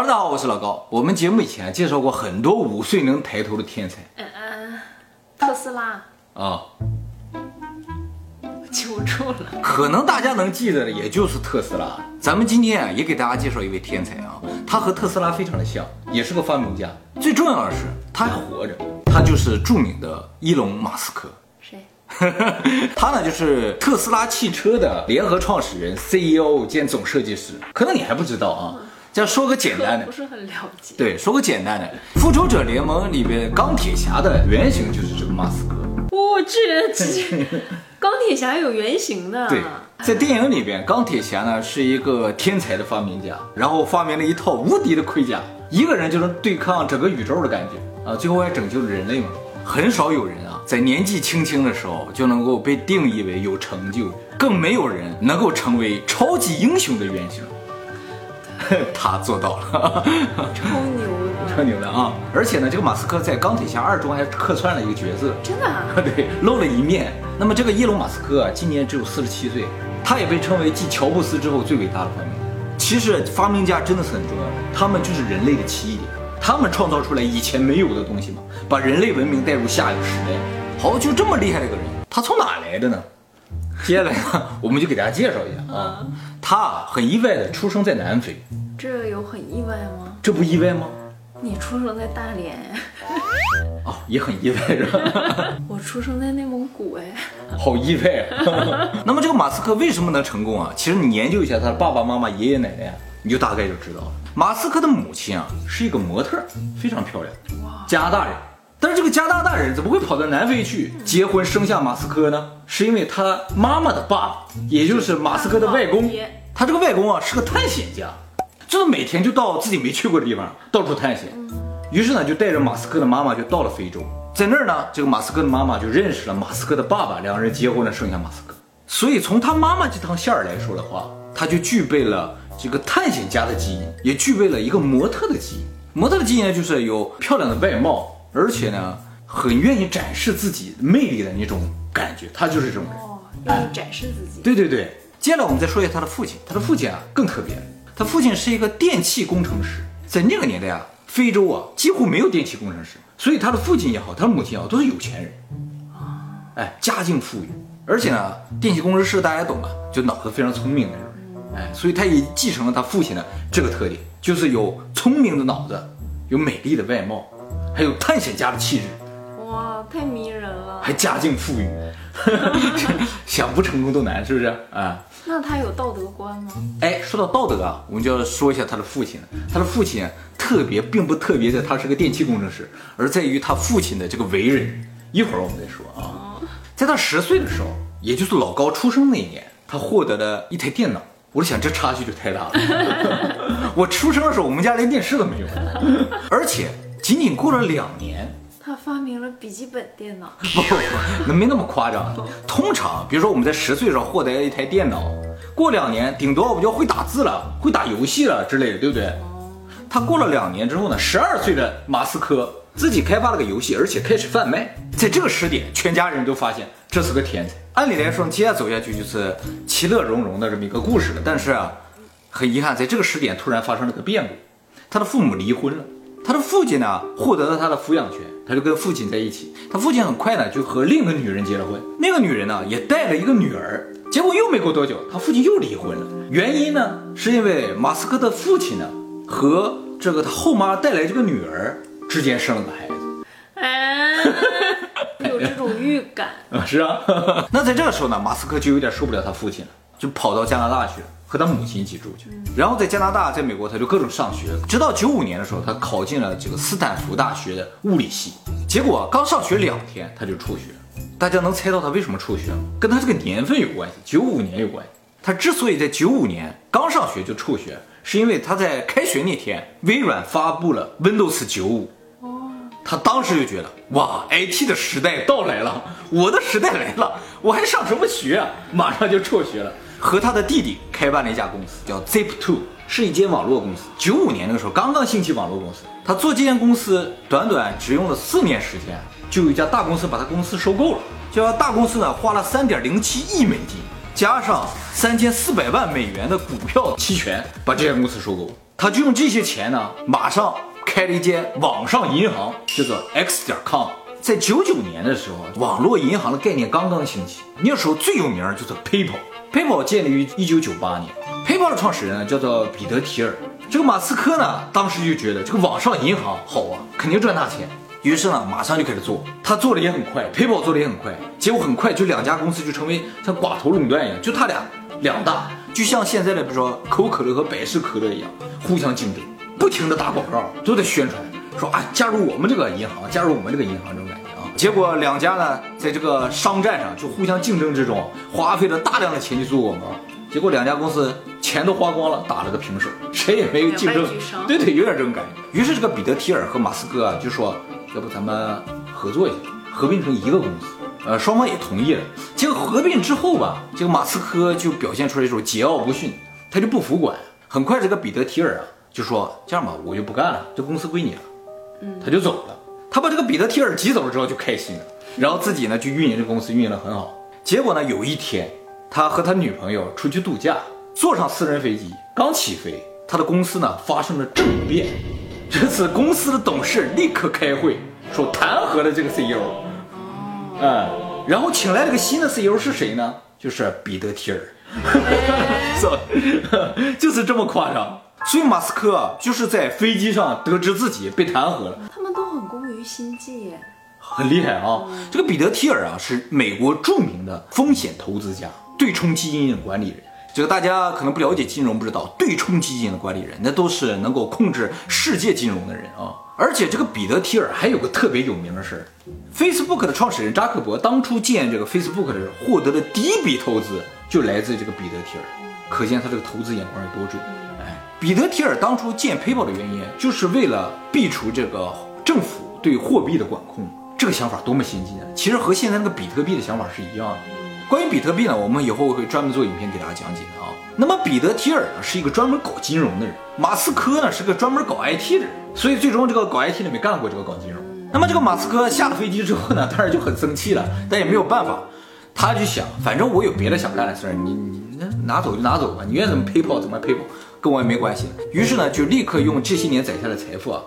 大家好，我是老高。我们节目以前介绍过很多5岁能抬头的天才。 特斯拉啊， 记不住了。 可能大家能记得的也就是特斯拉。咱们今天也给大家介绍一位天才啊，他和特斯拉非常的像，也是个发明家。最重要的是他还活着，他就是著名的伊隆马斯克。 谁？ 他呢就是特斯拉汽车的联合创始人、CEO 兼总设计师。可能你还不知道啊。这样说个简单的， 不是很了解。 对，说个简单的，复仇者联盟里边钢铁侠的原型就是这个马斯克。 我去，钢铁侠有原型的。 对，在电影里边，钢铁侠呢是一个天才的发明家，然后发明了一套无敌的盔甲，一个人就能对抗整个宇宙的感觉啊！最后还拯救了人类嘛。很少有人啊，在年纪轻轻的时候就能够被定义为有成就，更没有人能够成为超级英雄的原型。他做到了， 超牛的， 超牛的啊！而且呢，这个马斯克在《钢铁侠2》中还客串了一个角色， 真的啊？ 对，露了一面。那么这个伊隆马斯克今年只有47岁，他也被称为继乔布斯之后最伟大的发明家。其实发明家真的是很重要的，他们就是人类的奇异点，他们创造出来以前没有的东西嘛，把人类文明带入下一个时代。好，就这么厉害的一个人，他从哪来的呢？接下来呢，我们就给大家介绍一下啊。他很意外的出生在南非。 这有很意外吗？ 这不意外吗？ 你出生在大连。 哦，也很意外是吧？ 我出生在内蒙古哎。 好意外啊！那么这个马斯克为什么能成功啊？其实你研究一下他的爸爸妈妈、爷爷奶奶，你就大概就知道了。马斯克的母亲啊是一个模特，非常漂亮，加拿大人。但是这个加拿大人怎么会跑到南非去结婚生下马斯克呢？是因为他妈妈的爸爸，也就是马斯克的外公，他这个外公啊是个探险家，就是每天就到自己没去过的地方到处探险。于是呢就带着马斯克的妈妈就到了非洲，在那儿呢这个马斯克的妈妈就认识了马斯克的爸爸，两人结婚了，生下马斯克。所以从他妈妈这趟线儿来说的话，他就具备了这个探险家的基因，也具备了一个模特的基因。模特的基因呢就是有漂亮的外貌，而且呢很愿意展示自己魅力的那种感觉，他就是这种人。 愿意展示自己。 对对对。接下来我们再说一下他的父亲。他的父亲啊更特别，他父亲是一个电气工程师。在那个年代啊，非洲啊几乎没有电气工程师，所以他的父亲也好，他的母亲也好，都是有钱人。哎，家境富裕，而且呢，电气工程师大家懂啊，就脑子非常聪明那种人。哎，所以他也继承了他父亲的这个特点，就是有聪明的脑子，有美丽的外貌，还有探险家的气质。 哇，太迷人了！ 还家境富裕，想不成功都难，是不是啊？ 那他有道德观吗？ 哎，说到道德啊，我们就要说一下他的父亲了。他的父亲特别，并不特别在他是个电气工程师，而在于他父亲的这个为人。一会儿我们再说啊。在他10岁的时候，也就是老高出生那一年，他获得了一台电脑。我就想这差距就太大了。我出生的时候，我们家连电视都没有，而且仅仅过了2年。 他发明了笔记本电脑。 不，那没那么夸张。通常，比如说我们在10岁的时候获得一台电脑，过2年，顶多我们就会打字了，会打游戏了之类的，对不对？他过了2年之后呢，12岁的马斯克自己开发了个游戏，而且开始贩卖。在这个时点，全家人都发现这是个天才。按理来说，接下走下去就是其乐融融的这么一个故事了。但是啊，很遗憾，在这个时点突然发生了个变故，他的父母离婚了。他的父亲呢获得了他的抚养权，他就跟父亲在一起。他父亲很快呢就和另一个女人结了婚，那个女人呢也带了一个女儿。结果又没过多久，他父亲又离婚了。原因呢是因为马斯克的父亲呢和这个他后妈带来这个女儿之间生了个孩子。 有这种预感啊？是啊。那在这个时候呢，马斯克就有点受不了他父亲了，就跑到加拿大去了，和他母亲一起住去。然后在加拿大，在美国，他就各种上学，直到95年的时候，他考进了这个斯坦福大学的物理系。结果刚上学2天，他就辍学了。大家能猜到他为什么辍学吗？跟他这个年份有关系，95年有关系。他之所以在95年刚上学就辍学，是因为他在开学那天，微软发布了 Windows 95。他当时就觉得，哇 ，IT 的时代到来了，我的时代来了，我还上什么学啊？马上就辍学了，和他的弟弟开办了一家公司，叫 Zip2，是一间网络公司。95年那个时候刚刚兴起网络公司，他做这间公司短短只用了4年时间，就有一家大公司把他公司收购了。这家大公司呢花了3.07亿美金， 加上3400万美元的股票期权，把这家公司收购。他就用这些钱呢，马上开了一间网上银行，叫做 X.com。在99年的时候，网络银行的概念刚刚兴起。那时候最有名就是 PayPal 建立于1998年。PayPal 的创始人呢叫做彼得·提尔。这个马斯克呢，当时就觉得这个网上银行好啊，肯定赚大钱。于是呢，马上就开始做。他做的也很快 ，PayPal 做的也很快。结果很快就两家公司就成为像寡头垄断一样，就他俩两大，就像现在的比如说可口可乐和百事可乐一样，互相竞争，不停的打广告，都在宣传。说啊，加入我们这个银行，加入我们这个银行这种感觉啊。结果两家呢，在这个商战上就互相竞争之中，花费了大量的钱去做广告。结果两家公司钱都花光了，打了个平手，谁也没有竞争。对，有点这种感觉。于是这个彼得·提尔和马斯克啊就说，要不咱们合作一下，合并成一个公司。双方也同意了。结果合并之后吧，这个马斯克就表现出来一种桀骜不驯，他就不服管。很快这个彼得·提尔啊就说，这样吧，我就不干了，这公司归你了。他就走了。他把这个彼得·提尔挤走了之后就开心了，然后自己呢就运营这个公司运营得很好。结果呢有一天，他和他女朋友出去度假，坐上私人飞机，刚起飞，他的公司呢发生了政变。这次公司的董事立刻开会，说弹劾了这个 CEO。然后请来了个新的 CEO 是谁呢？就是彼得·提尔。就是这么夸张。所以马斯克啊，就是在飞机上得知自己被弹劾了。 他们都很工于心计耶， 很厉害啊！这个彼得·提尔啊，是美国著名的风险投资家、对冲基金的管理人。这个大家可能不了解金融，不知道对冲基金的管理人，那都是能够控制世界金融的人啊。而且这个彼得·提尔还有个特别有名的事儿 ，Facebook 的创始人扎克伯当初建这个 Facebook 的时候，获得的第一笔投资就来自这个彼得·提尔，可见他这个投资眼光有多准。彼得·提尔当初建 PayPal 的原因，就是为了避除这个政府对货币的管控。这个想法多么先进啊！其实和现在那个比特币的想法是一样的。关于比特币呢，我们以后会专门做影片给大家讲解的啊。那么彼得·提尔呢，是一个专门搞金融的人，马斯克呢是个专门搞 IT 的人，所以最终这个搞 IT 的没干过这个搞金融。那么这个马斯克下了飞机之后呢，当然就很生气了，但也没有办法。他就想，反正我有别的想干的事儿，你拿走就拿走吧，你愿意怎么 PayPal 怎么 PayPal， 跟我也没关系。于是呢，就立刻用这些年攒下的财富啊，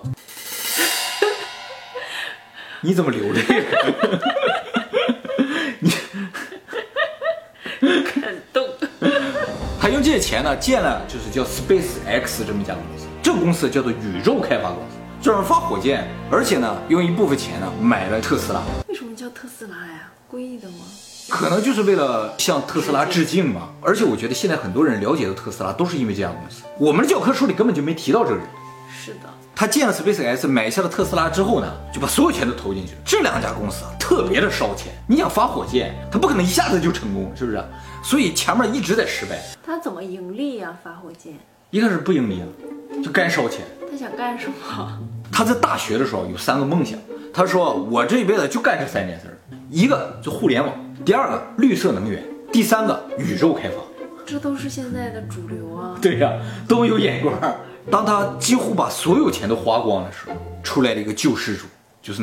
你怎么留这个？你感动。 他用这些钱呢，建了就是叫 SpaceX 这么一家公司，这个公司叫做宇宙开发公司，专门发火箭，而且呢，用一部分钱呢买了特斯拉。 为什么叫特斯拉呀？故意的吗？ 可能就是为了向特斯拉致敬嘛。而且我觉得现在很多人了解的特斯拉都是因为这家公司，我们的教科书里根本就没提到这个人。 是的。 他建了 SpaceX， 买下了特斯拉之后呢，就把所有钱都投进去了。这两家公司啊，特别的烧钱。你想发火箭，他不可能一下子就成功，是不是？所以前面一直在失败。 他怎么盈利呀？发火箭一开始不盈利啊，就干烧钱。 他想干什么？ 他在大学的时候有3个梦想，他说我这一辈子就干这3件事，一个就互联网，第2个绿色能源，第3个宇宙开发。 这都是现在的主流啊。 对呀，都有眼光。当他几乎把所有钱都花光的时候，出来了一个救世主，就是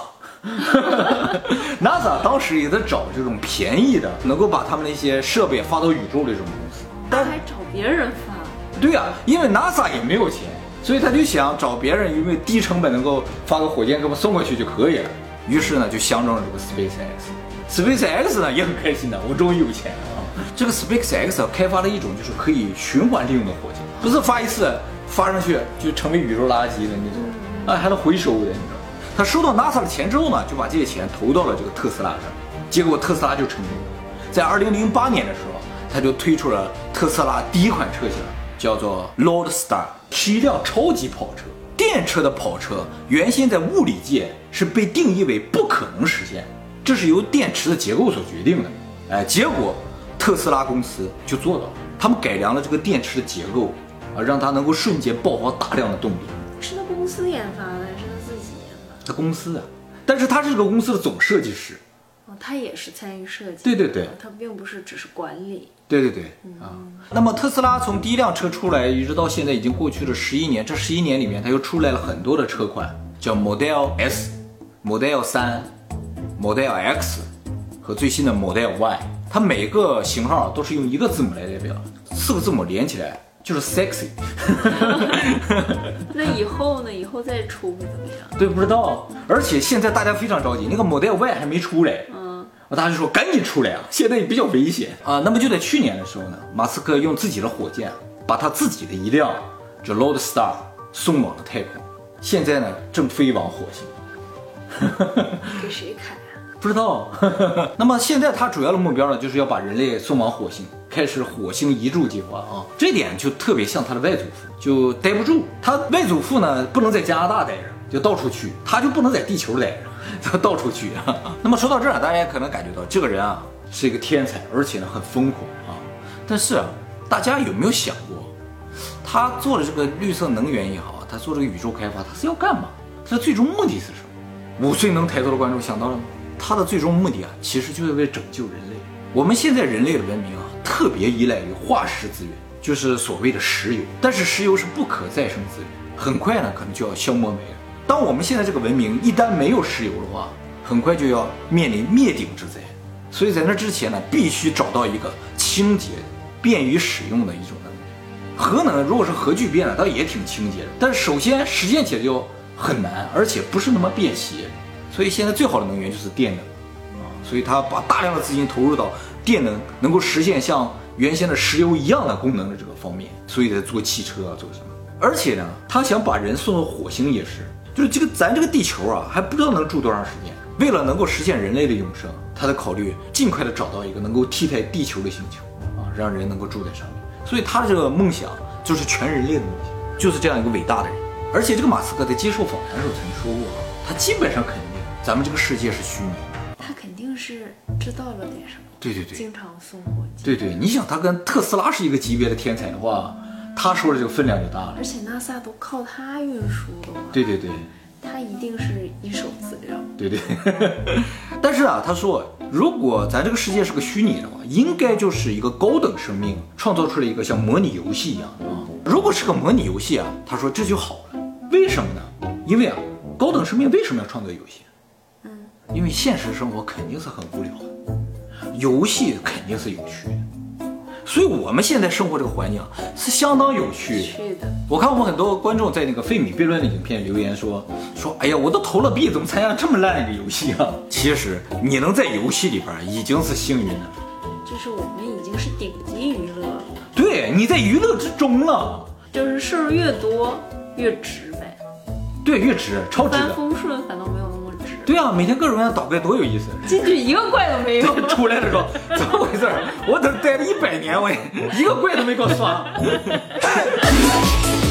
NASA。NASA 当时也在找这种便宜的，能够把他们那些设备发到宇宙的这种公司， 但还找别人发。 对呀，因为 NASA 也没有钱，所以他就想找别人，因为低成本能够发个火箭给我们送过去就可以了。于是呢，就相中了这个 SpaceX。SpaceX 呢也很开心的，我终于有钱了啊！这个 SpaceX 开发了一种就是可以循环利用的火箭，不是发一次发上去就成为宇宙垃圾的那种，还能回收的，你知道。他收到 NASA 的钱之后呢，就把这些钱投到了这个特斯拉上，结果特斯拉就成功了。在2008年的时候，他就推出了特斯拉第一款车型，叫做 Roadster， 是一辆超级跑车。电车的跑车原先在物理界是被定义为不可能实现，这是由电池的结构所决定的。结果特斯拉公司就做到了，他们改良了这个电池的结构，让它能够瞬间爆发大量的动力。 是他公司研发的，还是他自己研发的？ 他公司啊，但是他是这个公司的总设计师。 哦，他也是参与设计。 对对对， 他并不是只是管理。 对对对，那么特斯拉从第一辆车出来一直到现在已经过去了11年，这11年里面它又出来了很多的车款，叫 Model S、Model 3、Model X 和最新的 Model Y。 它每个型号都是用一个字母来代表，4个字母连起来就是 sexy。 那以后呢？以后再出会怎么样？ 对，不知道。而且现在大家非常着急，那个 Model Y 还没出来，大家就说赶紧出来啊，现在也比较危险啊。那么就在去年的时候呢，马斯克用自己的火箭把他自己的一辆这 Loadstar 送往了太空，现在呢正飞往火星。 给谁开啊？ 不知道。那么现在他主要的目标呢，就是要把人类送往火星，开始火星移住计划啊。这点就特别像他的外祖父，就待不住。他外祖父呢不能在加拿大待着，就到处去，他就不能在地球待着，他到处去。那么说到这儿，大家也可能感觉到这个人啊是一个天才，而且呢很疯狂啊。但是啊，大家有没有想过，他做的这个绿色能源也好，他做这个宇宙开发，他是要干嘛？他的最终目的是什么？5岁能抬头的观众想到了吗？他的最终目的啊，其实就是为拯救人类。我们现在人类的文明啊，特别依赖于化石资源，就是所谓的石油。但是石油是不可再生资源，很快呢可能就要消磨没了。当我们现在这个文明一旦没有石油的话，很快就要面临灭顶之灾。所以在那之前呢，必须找到一个清洁、便于使用的一种能源。核能如果是核聚变呢，倒也挺清洁的，但是首先实现起来就很难，而且不是那么便携。所以现在最好的能源就是电能啊，所以他把大量的资金投入到电能够实现像原先的石油一样的功能的这个方面，所以在做汽车啊，做什么。而且呢，他想把人送到火星也是，就是咱这个地球啊，还不知道能住多长时间。为了能够实现人类的永生，他在考虑尽快的找到一个能够替代地球的星球啊，让人能够住在上面。所以他的这个梦想就是全人类的梦想，就是这样一个伟大的人。而且这个马斯克在接受访谈的时候曾经说过，他基本上肯定咱们这个世界是虚拟的。 他肯定是知道了点什么。 对， 经常送火箭。 对，你想他跟特斯拉是一个级别的天才的话，他说的这个分量就大了。 而且 NASA 都靠他运输的嘛。 对， 他一定是一手资料。 对。但是啊，他说如果咱这个世界是个虚拟的话，应该就是一个高等生命创造出了一个像模拟游戏一样的啊。如果是个模拟游戏啊，他说这就好了。为什么呢？因为啊，高等生命为什么要创造游戏？因为现实生活肯定是很无聊的，游戏肯定是有趣的，所以我们现在生活这个环境是相当有趣的。我看我们很多观众在那个费米悖论的影片留言说，哎呀，我都投了币，怎么参加这么烂的一个游戏啊？其实你能在游戏里边已经是幸运的， 就是我们已经是顶级娱乐了。 对，你在娱乐之中了， 就是事儿越多越值呗。 对，越值，超值的。 翻风顺反倒没有那么值。 对啊，每天各种各样的捣怪多有意思。 进去一个怪都没有。 出来的时候怎么回事？我等待了100年，我一个怪都没给我刷。